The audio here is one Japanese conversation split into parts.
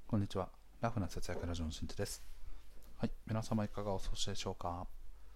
こんにちは。ラフな節約ラジオのしんちです。はい、皆様いかがお過ごしでしょうか。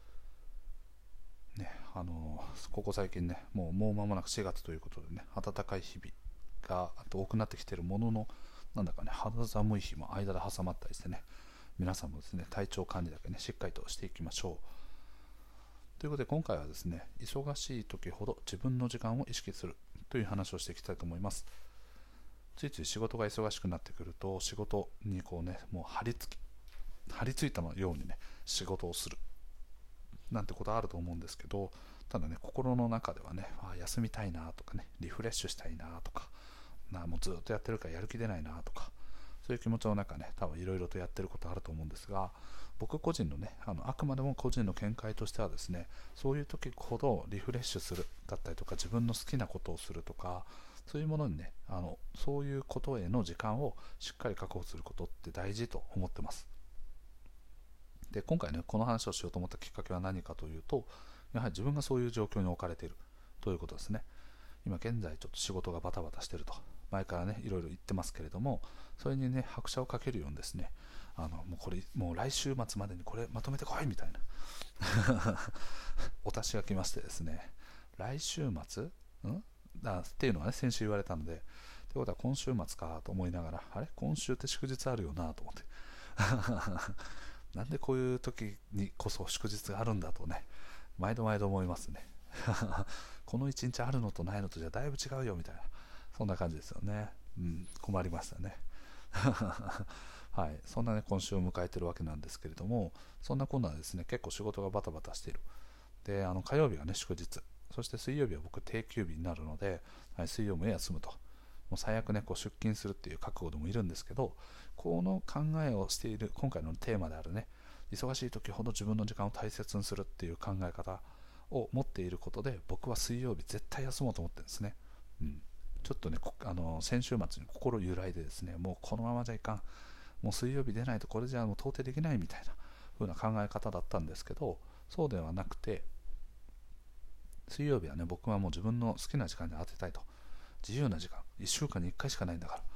ね、ここ最近ね、もう間もなく4月ということでね、暖かい日々が多くなってきているものの、なんだかね、肌寒い日も間で挟まったりしてね、皆さんもですね、体調管理だけね、しっかりとしていきましょう。ということで、今回はですね、忙しい時ほど自分の時間を意識するという話をしていきたいと思います。ついつい仕事が忙しくなってくると、仕事にこうね、もう張り付いたようにね、仕事をするなんてことあると思うんですけど、ただね、心の中ではね、休みたいなとかね、リフレッシュしたいなとか、もうずっとやってるからやる気出ないなとか、そういう気持ちの中ね、多分いろいろとやってることあると思うんですが、僕個人のね、あくまでも個人の見解としてはですね、そういう時ほどリフレッシュするだったりとか、自分の好きなことをするとか、そういうものにね、そういうことへの時間をしっかり確保することって大事と思ってます。で、今回ね、この話をしようと思ったきっかけは何かというと、やはり自分がそういう状況に置かれているということですね。今現在ちょっと仕事がバタバタしていると、前からね、いろいろ言ってますけれども、それにね、拍車をかけるようにですね、もう来週末までにこれまとめてこいみたいなお達しが来ましてですね、来週末っていうのはね、先週言われたので、ということは今週末かと思いながら、あれ今週って祝日あるよなと思ってなんでこういう時にこそ祝日があるんだとね、毎度毎度思いますねこの一日あるのとないのとじゃだいぶ違うよみたいな、そんな感じですよね。困りましたねはい、そんなね今週を迎えているわけなんですけれども、そんなこんなですね、結構仕事がバタバタしている。で、火曜日がね祝日、そして水曜日は僕定休日になるので、はい、水曜も休むと、もう最悪ねこう出勤するっていう覚悟でもいるんですけど、この考えをしている今回のテーマであるね、忙しい時ほど自分の時間を大切にするっていう考え方を持っていることで、僕は水曜日絶対休もうと思ってるんですね。ちょっとね先週末に心揺らいでですね、もうこのままじゃいかん、もう水曜日出ないとこれじゃもう到底できないみたいな風な考え方だったんですけど、そうではなくて、水曜日はね、僕はもう自分の好きな時間に当てたいと。自由な時間、1週間に1回しかないんだから、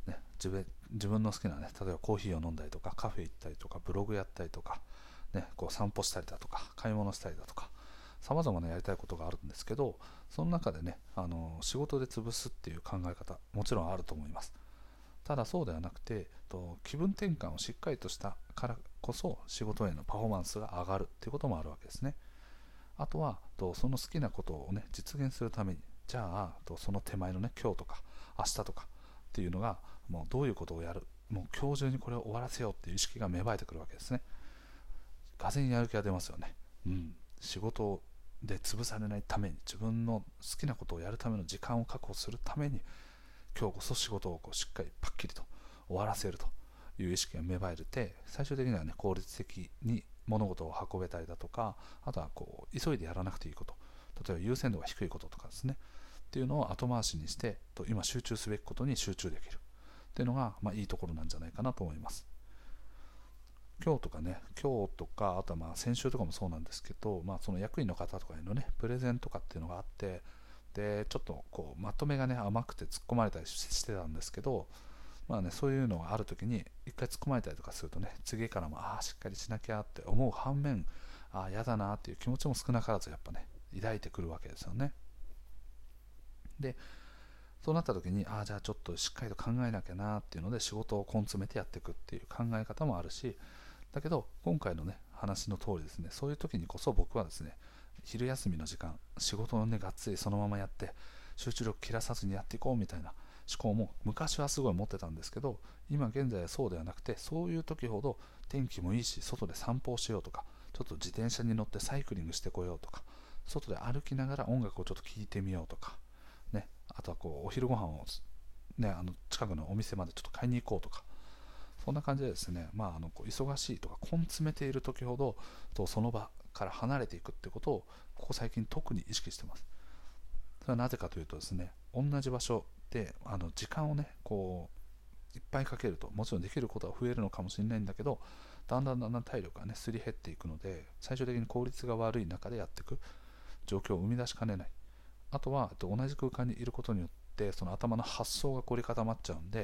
ね、自分の好きなね、例えばコーヒーを飲んだりとか、カフェ行ったりとか、ブログやったりとか、ね、こう散歩したりだとか、買い物したりだとか、さまざまなやりたいことがあるんですけど、その中でね、仕事で潰すっていう考え方、もちろんあると思います。ただそうではなくて、気分転換をしっかりとしたからこそ、仕事へのパフォーマンスが上がるっていうこともあるわけですね。あとはその好きなことをね実現するために、じゃあその手前のね今日とか明日とかっていうのが、もうどういうことをやる、もう今日中にこれを終わらせようっていう意識が芽生えてくるわけですね。がぜやる気が出ますよね。仕事で潰されないために、自分の好きなことをやるための時間を確保するために、今日こそ仕事をしっかりパッキリと終わらせるという意識が芽生えて、最終的にはね効率的に物事を運べたりだとか、あとは急いでやらなくていいこと、例えば優先度が低いこととかですねっていうのを後回しにして、今集中すべきことに集中できるっていうのが、いいところなんじゃないかなと思います。今日とか、あとは先週とかもそうなんですけど、その役員の方とかへのねプレゼンとかっていうのがあって、でちょっとまとめがね甘くて突っ込まれたりしてたんですけど、そういうのがあるときに一回突っ込まれたりとかするとね、次からもしっかりしなきゃって思う反面、嫌だなっていう気持ちも少なからずやっぱね抱いてくるわけですよね。でそうなった時に、じゃあちょっとしっかりと考えなきゃなっていうので仕事を根詰めてやっていくっていう考え方もあるし、だけど今回のね話の通りですね、そういう時にこそ僕はですね、昼休みの時間、仕事をねがっつりそのままやって集中力切らさずにやっていこうみたいな思考も昔はすごい持ってたんですけど、今現在はそうではなくて、そういう時ほど天気もいいし外で散歩をしようとか、ちょっと自転車に乗ってサイクリングしてこようとか、外で歩きながら音楽をちょっと聴いてみようとかね、あとはお昼ご飯をね、近くのお店までちょっと買いに行こうとか、そんな感じでですね、忙しいとか根詰めている時ほどその場から離れていくってことをここ最近特に意識してます。それはなぜかというとですね、同じ場所で時間をねいっぱいかけると、もちろんできることは増えるのかもしれないんだけど、だんだん体力がねすり減っていくので、最終的に効率が悪い中でやっていく状況を生み出しかねない。あとは同じ空間にいることによって、その頭の発想が凝り固まっちゃうんで、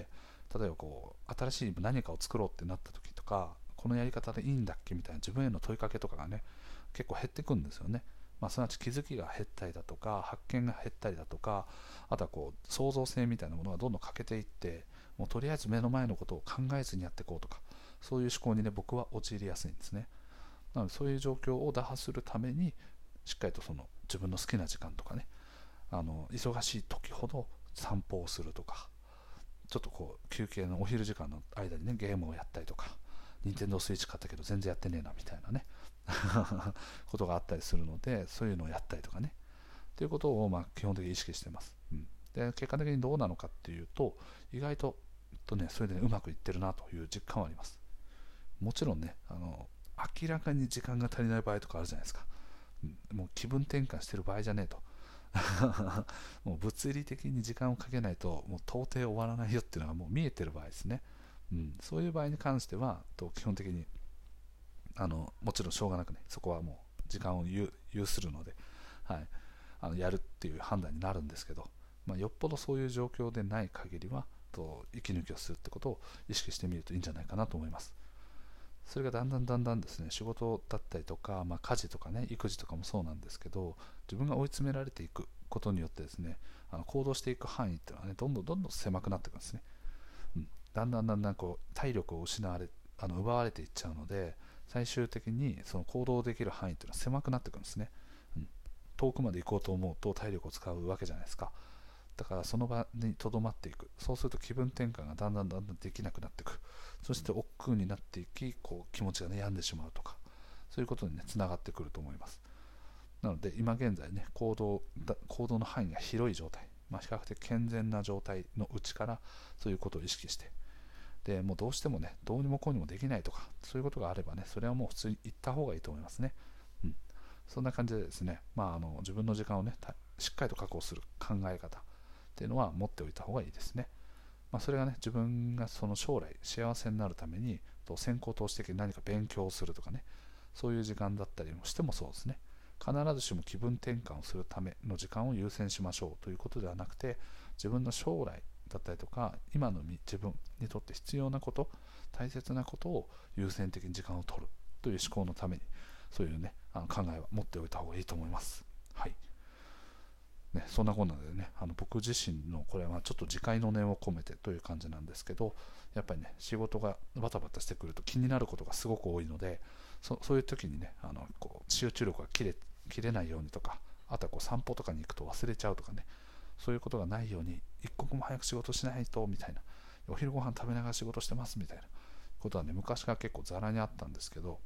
例えばこう新しい何かを作ろうってなった時とか、このやり方でいいんだっけみたいな自分への問いかけとかがね結構減ってくんですよね。すなわち気づきが減ったりだとか発見が減ったりだとか、あとはこう創造性みたいなものがどんどん欠けていって、もうとりあえず目の前のことを考えずにやっていこうとか、そういう思考にね僕は陥りやすいんですね。なのでそういう状況を打破するために、しっかりとその自分の好きな時間とかね、忙しい時ほど散歩をするとか、ちょっとこう休憩のお昼時間の間にねゲームをやったりとか、任天堂スイッチ買ったけど全然やってねえなみたいなねことがあったりするので、そういうのをやったりとかねということを基本的に意識してます。で結果的にどうなのかっていうと、意外とそれで、うまくいってるなという実感はあります。もちろんね明らかに時間が足りない場合とかあるじゃないですか。もう気分転換してる場合じゃねえともう物理的に時間をかけないともう到底終わらないよっていうのがもう見えてる場合ですね。そういう場合に関しては基本的にもちろんしょうがなくね、そこはもう時間を有するので、はい、やるっていう判断になるんですけど、よっぽどそういう状況でない限りは息抜きをするってことを意識してみるといいんじゃないかなと思います。それがだんだんですね、仕事だったりとか、家事とかね育児とかもそうなんですけど、自分が追い詰められていくことによってですね、行動していく範囲っていうのはねどんどん狭くなっていくんですね。だんだんこう体力を奪われていっちゃうので、最終的にその行動できる範囲っていうのは狭くなっていくんですね。遠くまで行こうと思うと体力を使うわけじゃないですか。だからその場にとどまっていく。そうすると気分転換がだんだんできなくなっていく。そして億劫になっていき、こう気持ちがね病んでしまうとか、そういうことにねつながってくると思います。なので今現在ね行動の範囲が広い状態、比較的健全な状態のうちからそういうことを意識して、でもうどうしてもねどうにもこうにもできないとか、そういうことがあればね、それはもう普通に言った方がいいと思いますね。そんな感じでですね、自分の時間をねしっかりと確保する考え方っていうのは持っておいた方がいいですね。それがね自分がその将来幸せになるために先行投資的に何か勉強をするとかね、そういう時間だったりもしてもそうですね。必ずしも気分転換をするための時間を優先しましょうということではなくて、自分の将来だったりとか今の自分にとって必要なこと、大切なことを優先的に時間を取るという思考のために、そういうね考えは持っておいた方がいいと思います。はいね、そんなこんなでね僕自身のこれはちょっと自戒の念を込めてという感じなんですけど、やっぱりね仕事がバタバタしてくると気になることがすごく多いので、そういう時にねこう集中力が切れないようにとか、あとはこう散歩とかに行くと忘れちゃうとかね、そういうことがないように一刻も早く仕事しないとみたいな、お昼ご飯食べながら仕事してますみたいなことはね昔から結構ザラにあったんですけど、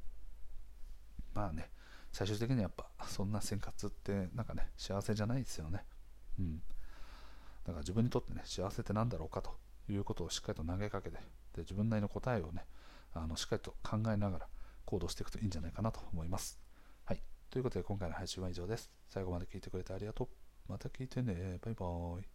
最終的にやっぱそんな生活ってなんかね幸せじゃないですよね。だから自分にとってね幸せって何だろうかということをしっかりと投げかけて、で自分なりの答えをねしっかりと考えながら行動していくといいんじゃないかなと思います。はい、ということで今回の配信は以上です。最後まで聞いてくれてありがとう。また聞いてね。バイバーイ。